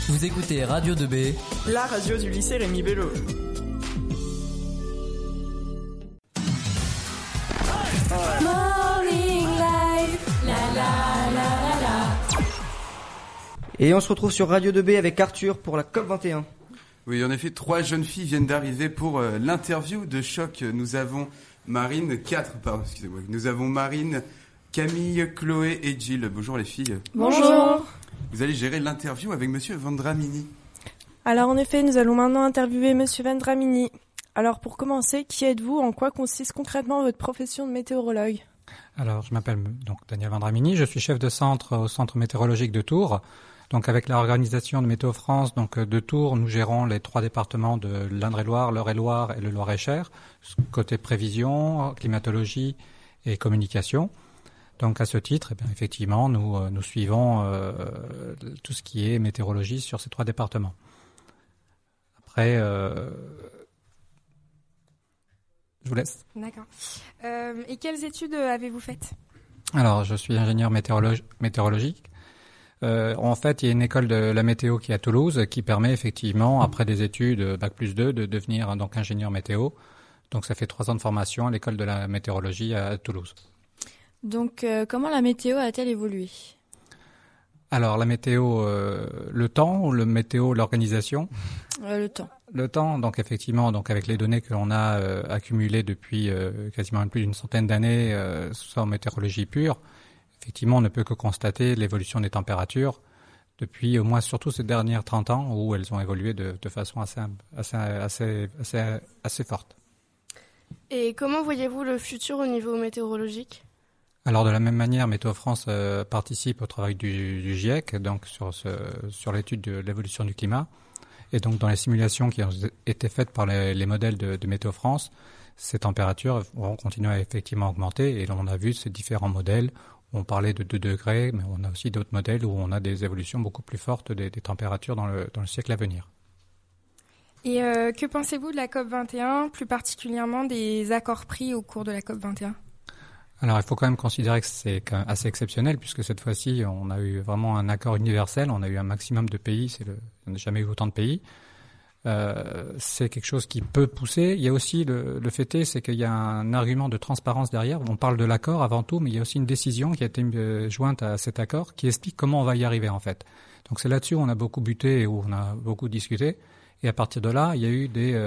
Vous écoutez Radio 2B, la radio du lycée Rémi Bello. Et on se retrouve sur Radio 2B avec Arthur pour la COP21. Oui, en effet, 3 jeunes filles viennent d'arriver pour l'interview de choc. Nous avons Nous avons Marine, Camille, Chloé et Gilles. Bonjour les filles. Bonjour. Vous allez gérer l'interview avec Monsieur Vendramini. Alors en effet, nous allons maintenant interviewer Monsieur Vendramini. Alors pour commencer, qui êtes-vous? En quoi consiste concrètement votre profession de météorologue? Alors je m'appelle donc Daniel Vendramini, je suis chef de centre au centre météorologique de Tours. Donc avec l'organisation de Météo France de Tours, nous gérons les 3 départements de l'Indre-et-Loire, l'Eure-et-Loire et le Loir-et-Cher, côté prévision, climatologie et communication. Donc à ce titre, effectivement, nous suivons tout ce qui est météorologie sur ces 3 départements. Après, je vous laisse. D'accord. Et quelles études avez-vous faites? Alors, je suis ingénieur météorologique. En fait, il y a une école de la météo qui est à Toulouse qui permet effectivement, après des études Bac+2, de devenir donc ingénieur météo. Donc ça fait 3 ans de formation à l'école de la météorologie à Toulouse. Donc comment la météo a-t-elle évolué? Alors la météo, le temps ou le météo, l'organisation? Le temps. Le temps, donc effectivement, donc avec les données que l'on a accumulées depuis quasiment plus d'une centaine d'années, soit en météorologie pure, effectivement, on ne peut que constater l'évolution des températures depuis au moins surtout ces dernières 30 ans où elles ont évolué de façon assez forte. Et comment voyez-vous le futur au niveau météorologique? Alors de la même manière, Météo France participe au travail du GIEC, donc sur l'étude de l'évolution du climat. Et donc dans les simulations qui ont été faites par les modèles de Météo France, ces températures vont continuer à effectivement augmenter. Et on a vu ces différents modèles. On parlait de 2 degrés, mais on a aussi d'autres modèles où on a des évolutions beaucoup plus fortes des températures dans le siècle à venir. Et que pensez-vous de la COP21, plus particulièrement des accords pris au cours de la COP21? Alors, il faut quand même considérer que c'est assez exceptionnel, puisque cette fois-ci, on a eu vraiment un accord universel, on a eu un maximum de pays, on n'a jamais eu autant de pays. C'est quelque chose qui peut pousser. Il y a aussi le fait c'est qu'il y a un argument de transparence derrière. On parle de l'accord avant tout, mais il y a aussi une décision qui a été jointe à cet accord qui explique comment on va y arriver en fait. Donc c'est là-dessus où on a beaucoup buté et où on a beaucoup discuté. Et à partir de là, il y a eu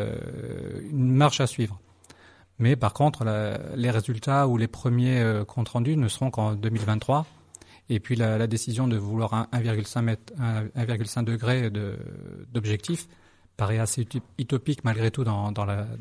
une marche à suivre. Mais par contre, les résultats ou les premiers comptes rendus ne seront qu'en 2023. Et puis la décision de vouloir 1,5 degré d'objectif paraît assez utopique malgré tout dans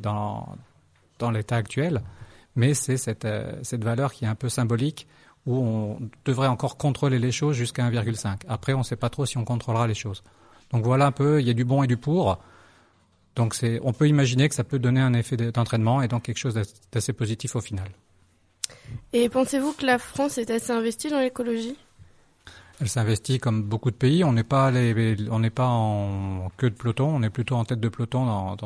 l'état actuel, mais c'est cette valeur qui est un peu symbolique où on devrait encore contrôler les choses jusqu'à 1,5. Après, on ne sait pas trop si on contrôlera les choses. Donc voilà un peu, il y a du bon et du pour. Donc on peut imaginer que ça peut donner un effet d'entraînement et donc quelque chose d'assez positif au final. Et pensez-vous que la France est assez investie dans l'écologie? Elle s'investit comme beaucoup de pays. On n'est pas en queue de peloton, on est plutôt en tête de peloton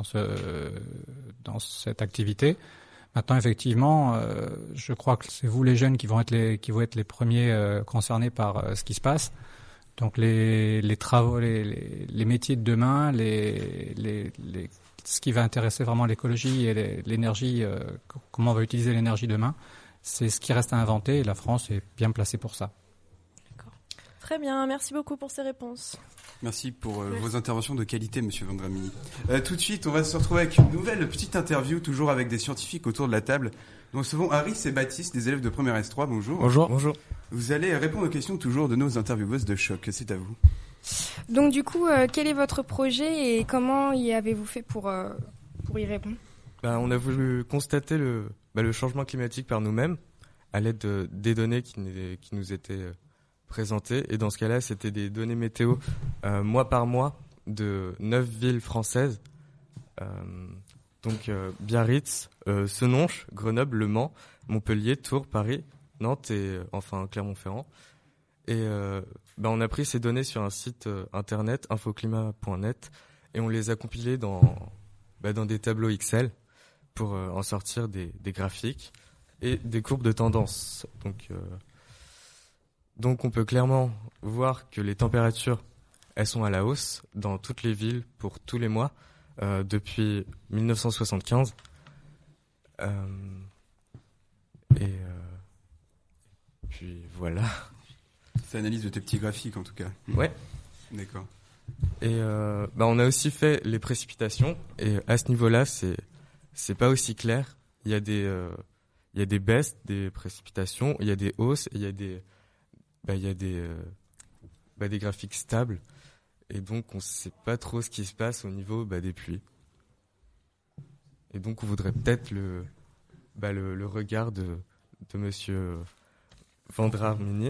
dans cette activité. Maintenant, effectivement, je crois que c'est vous les jeunes qui vont être les premiers concernés par ce qui se passe. Donc les travaux, les métiers de demain, ce qui va intéresser vraiment l'écologie et l'énergie, comment on va utiliser l'énergie demain, c'est ce qui reste à inventer et la France est bien placée pour ça. Très bien, merci beaucoup pour ces réponses. Merci pour vos interventions de qualité, Monsieur Vendramini. Tout de suite, on va se retrouver avec une nouvelle petite interview, toujours avec des scientifiques autour de la table. Nous recevons Harris et Baptiste, des élèves de première S3. Bonjour. Bonjour. Vous allez répondre aux questions toujours de nos intervieweuses de choc. C'est à vous. Donc du coup, quel est votre projet et comment y avez-vous fait pour y répondre? On a voulu constater le changement climatique par nous-mêmes à l'aide des données qui nous étaient présentées. Et dans ce cas-là, c'était des données météo mois par mois de 9 villes françaises. Donc Biarritz, Senonches, Grenoble, Le Mans, Montpellier, Tours, Paris, Nantes et enfin Clermont-Ferrand. Et on a pris ces données sur un site internet infoclimat.net et on les a compilées dans des tableaux Excel pour en sortir des graphiques et des courbes de tendance. Donc on peut clairement voir que les températures elles sont à la hausse dans toutes les villes pour tous les mois depuis 1975. Puis voilà. C'est l'analyse de tes petits graphiques en tout cas. Ouais. D'accord. Et on a aussi fait les précipitations et à ce niveau-là, c'est pas aussi clair. Il y a des baisses des précipitations, il y a des hausses, et il y a des graphiques stables. Et donc on sait pas trop ce qui se passe au niveau des pluies. Et donc on voudrait peut-être le regard de monsieur Vendramini.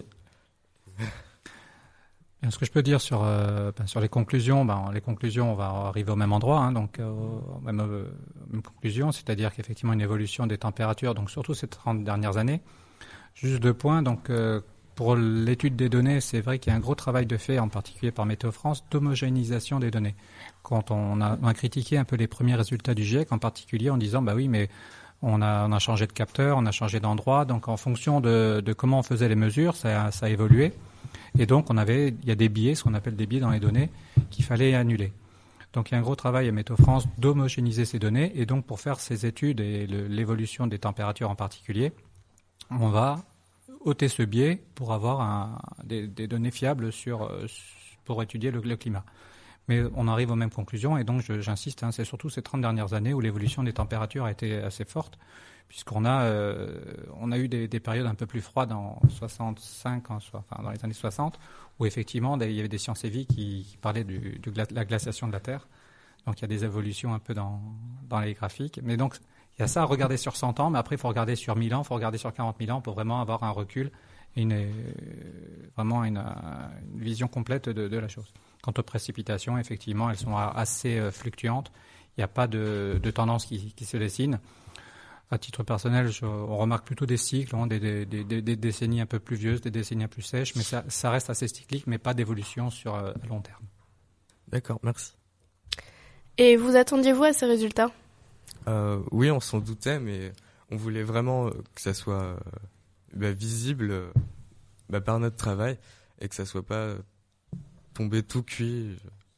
Ce que je peux dire sur les conclusions, on va arriver au même endroit, hein, donc même conclusion, c'est-à-dire qu'effectivement une évolution des températures, donc surtout ces 30 dernières années. Juste 2 points, donc pour l'étude des données, c'est vrai qu'il y a un gros travail de fait, en particulier par Météo France, d'homogénéisation des données. Quand on a critiqué un peu les premiers résultats du GIEC, en particulier en disant oui, mais on a changé de capteur, on a changé d'endroit, donc en fonction de comment on faisait les mesures, ça a évolué. Et donc, il y a des biais, ce qu'on appelle des biais dans les données, qu'il fallait annuler. Donc, il y a un gros travail à Météo France d'homogénéiser ces données. Et donc, pour faire ces études et l'évolution des températures en particulier, on va ôter ce biais pour avoir des données fiables pour étudier le climat. Mais on arrive aux mêmes conclusions. Et donc, j'insiste, hein, c'est surtout ces 30 dernières années où l'évolution des températures a été assez forte, puisqu'on a eu des périodes un peu plus froides en 65, dans les années 60, où effectivement il y avait des sciences et vie qui parlaient de la glaciation de la Terre. Donc il y a des évolutions un peu dans les graphiques. Mais donc il y a ça à regarder sur 100 ans, mais après il faut regarder sur 1000 ans, il faut regarder sur 40 000 ans pour vraiment avoir un recul et vraiment une vision complète de la chose. Quant aux précipitations, effectivement, elles sont assez fluctuantes. Il n'y a pas de tendance qui se dessine. À titre personnel, on remarque plutôt des cycles, des décennies un peu pluvieuses, des décennies un peu plus sèches, mais ça reste assez cyclique, mais pas d'évolution sur long terme. D'accord, merci. Et vous attendiez-vous à ces résultats ? Oui, on s'en doutait, mais on voulait vraiment que ça soit visible par notre travail et que ça soit pas tombé tout cuit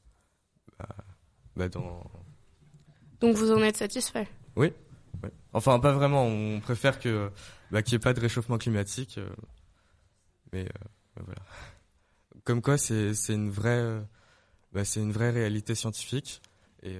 dans... Donc vous en êtes satisfait ? Oui. Ouais. Enfin, pas vraiment. On préfère qu'il n'y ait pas de réchauffement climatique. Mais voilà. Comme quoi, c'est une vraie réalité scientifique. Et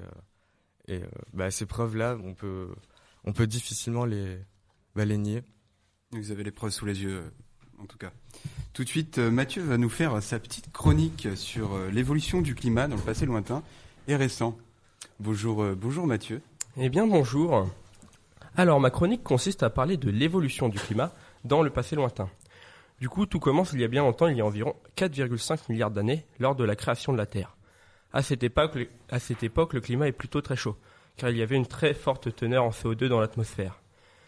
ces preuves-là, on peut difficilement les nier. Vous avez les preuves sous les yeux, en tout cas. Tout de suite, Mathieu va nous faire sa petite chronique sur l'évolution du climat dans le passé lointain et récent. Bonjour Mathieu. Eh bien, bonjour. Alors, ma chronique consiste à parler de l'évolution du climat dans le passé lointain. Du coup, tout commence il y a bien longtemps, il y a environ 4,5 milliards d'années, lors de la création de la Terre. À cette époque, le climat est plutôt très chaud, car il y avait une très forte teneur en CO2 dans l'atmosphère.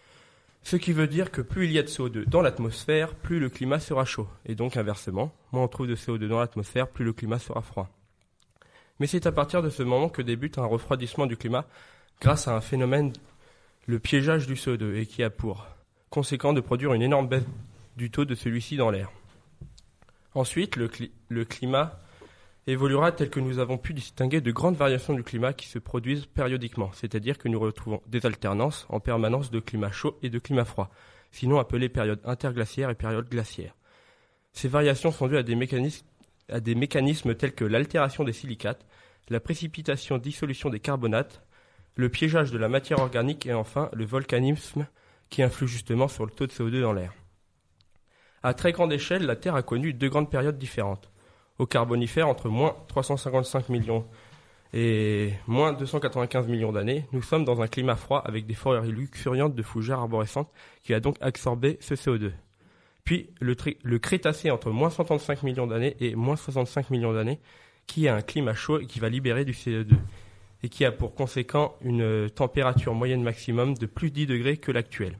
Ce qui veut dire que plus il y a de CO2 dans l'atmosphère, plus le climat sera chaud. Et donc, inversement, moins on trouve de CO2 dans l'atmosphère, plus le climat sera froid. Mais c'est à partir de ce moment que débute un refroidissement du climat grâce à un phénomène, le piégeage du CO2, et qui a pour conséquent de produire une énorme baisse du taux de celui-ci dans l'air. Ensuite, le climat évoluera tel que nous avons pu distinguer de grandes variations du climat qui se produisent périodiquement, c'est-à-dire que nous retrouvons des alternances en permanence de climat chaud et de climat froid, sinon appelées périodes interglaciaires et périodes glaciaires. Ces variations sont dues à des mécanismes tels que l'altération des silicates, la précipitation-dissolution des carbonates, le piégeage de la matière organique et enfin le volcanisme qui influe justement sur le taux de CO2 dans l'air. À très grande échelle, la Terre a connu 2 grandes périodes différentes. Au Carbonifère, entre moins 355 millions et moins 295 millions d'années, nous sommes dans un climat froid avec des forêts luxuriantes de fougères arborescentes qui a donc absorbé ce CO2. Puis le Crétacé entre moins 135 millions d'années et moins 65 millions d'années qui a un climat chaud et qui va libérer du CO2 et qui a pour conséquent une température moyenne maximum de plus 10 degrés que l'actuelle.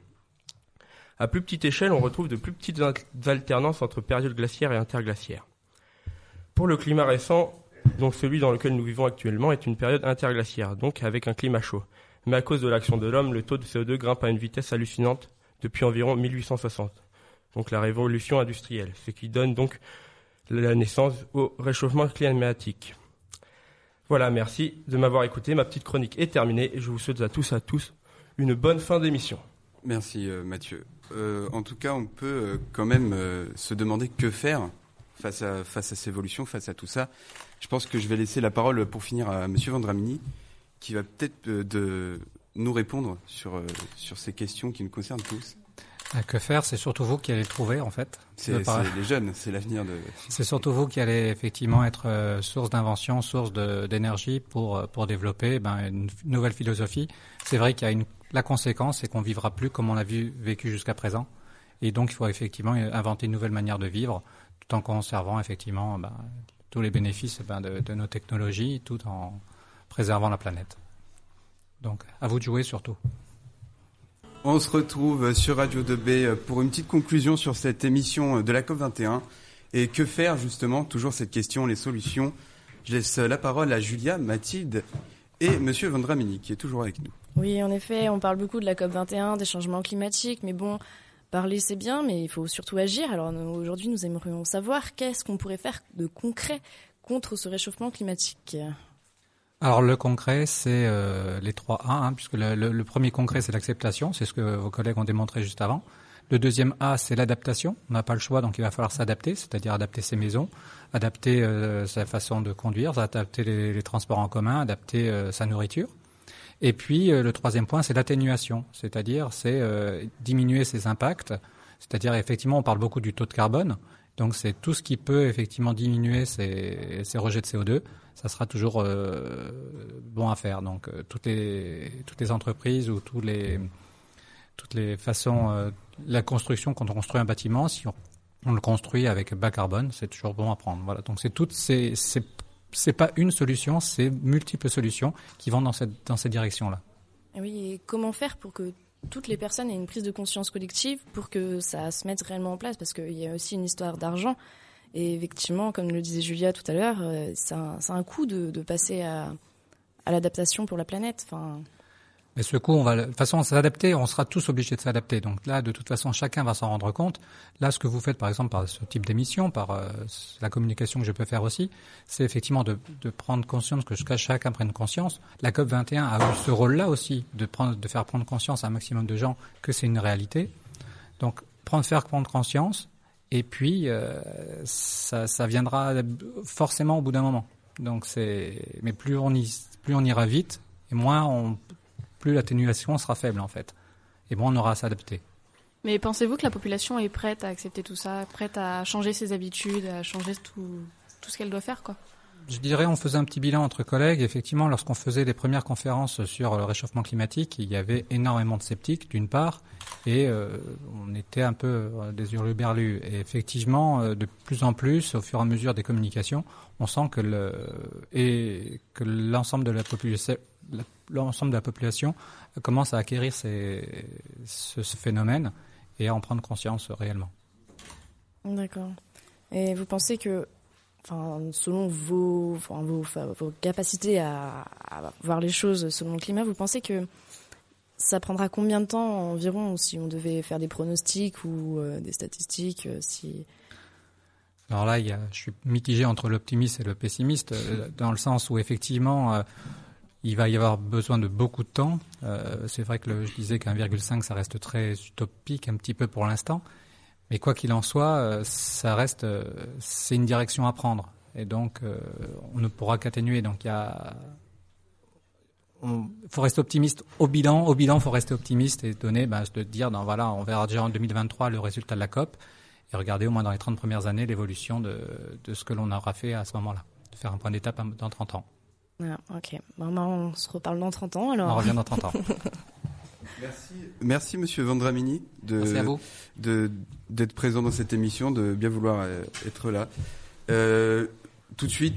À plus petite échelle, on retrouve de plus petites alternances entre périodes glaciaires et interglaciaires. Pour le climat récent, donc celui dans lequel nous vivons actuellement, est une période interglaciaire, donc avec un climat chaud. Mais à cause de l'action de l'homme, le taux de CO2 grimpe à une vitesse hallucinante depuis environ 1860, donc la révolution industrielle, ce qui donne donc la naissance au réchauffement climatique. Voilà, merci de m'avoir écouté. Ma petite chronique est terminée et je vous souhaite à tous une bonne fin d'émission. Merci Mathieu. En tout cas, on peut quand même se demander que faire face à cette évolution, face à tout ça. Je pense que je vais laisser la parole pour finir à Monsieur Vendramini, qui va peut-être nous répondre sur ces questions qui nous concernent tous. Que faire, c'est surtout vous qui allez le trouver en fait. C'est les jeunes, c'est l'avenir de... C'est surtout vous qui allez effectivement être source d'invention, source d'énergie pour développer une nouvelle philosophie. C'est vrai qu'il y a la conséquence, c'est qu'on vivra plus comme on l'a vécu jusqu'à présent. Et donc il faut effectivement inventer une nouvelle manière de vivre, tout en conservant effectivement tous les bénéfices de nos technologies, tout en préservant la planète. Donc à vous de jouer surtout. On se retrouve sur Radio 2B pour une petite conclusion sur cette émission de la COP21. Et que faire justement? Toujours cette question, les solutions. Je laisse la parole à Julia, Mathilde et Monsieur Vendramini qui est toujours avec nous. Oui, en effet, on parle beaucoup de la COP21, des changements climatiques, mais bon, parler c'est bien, mais il faut surtout agir. Alors aujourd'hui, nous aimerions savoir qu'est-ce qu'on pourrait faire de concret contre ce réchauffement climatique. Alors le concret, c'est les 3 A, puisque le premier concret, c'est l'acceptation, c'est ce que vos collègues ont démontré juste avant. Le deuxième A, c'est l'adaptation. On n'a pas le choix, donc il va falloir s'adapter, c'est-à-dire adapter ses maisons, adapter sa façon de conduire, adapter les transports en commun, adapter sa nourriture. Et puis le troisième point, c'est l'atténuation, c'est-à-dire diminuer ses impacts, c'est-à-dire effectivement, on parle beaucoup du taux de carbone, donc c'est tout ce qui peut effectivement diminuer ces rejets de CO2. Ça sera toujours bon à faire. Donc toutes les entreprises ou toutes les façons, la construction, quand on construit un bâtiment, si on le construit avec bas carbone, c'est toujours bon à prendre. Voilà. Donc c'est pas une solution, c'est multiples solutions qui vont dans cette direction-là. Et oui, et comment faire pour que toutes les personnes aient une prise de conscience collective pour que ça se mette réellement en place? Parce qu'il y a aussi une histoire d'argent. Et effectivement, comme le disait Julia tout à l'heure, c'est un coût de passer à l'adaptation pour la planète. Mais ce coup, de toute façon, s'adapter, on sera tous obligés de s'adapter. Donc là, de toute façon, chacun va s'en rendre compte. Là, ce que vous faites, par exemple, par ce type d'émission, par la communication que je peux faire aussi, c'est effectivement de prendre conscience, que chacun prenne conscience. La COP21 a eu ce rôle-là aussi, de faire prendre conscience à un maximum de gens que c'est une réalité. Donc, faire prendre conscience. Et puis, ça viendra forcément au bout d'un moment. Donc mais plus on ira vite, et plus l'atténuation sera faible en fait. Et on aura à s'adapter. Mais pensez-vous que la population est prête à accepter tout ça, prête à changer ses habitudes, à changer tout ce qu'elle doit faire, quoi? Je dirais, on faisait un petit bilan entre collègues. Effectivement, lorsqu'on faisait les premières conférences sur le réchauffement climatique, il y avait énormément de sceptiques, d'une part, et on était un peu des hurluberlus. Et effectivement, de plus en plus, au fur et à mesure des communications, on sent que l'ensemble de la population commence à acquérir ce phénomène et à en prendre conscience réellement. D'accord. Et vous pensez que, selon vos capacités à voir les choses selon le climat, vous pensez que ça prendra combien de temps environ si on devait faire des pronostics ou des statistiques Alors là, je suis mitigé entre l'optimiste et le pessimiste, dans le sens où effectivement, il va y avoir besoin de beaucoup de temps. C'est vrai que je disais qu'1,5, ça reste très utopique un petit peu pour l'instant. Mais quoi qu'il en soit, c'est une direction à prendre. Et donc, on ne pourra qu'atténuer. Donc, faut rester optimiste au bilan. Au bilan, faut rester optimiste et de dire, on verra déjà en 2023 le résultat de la COP et regarder au moins dans les 30 premières années l'évolution de ce que l'on aura fait à ce moment-là. De faire un point d'étape dans 30 ans. Ah, ok. On se reparle dans 30 ans, alors. On revient dans 30 ans. Merci Monsieur Vendramini d'être présent dans cette émission, de bien vouloir être là. Tout de suite,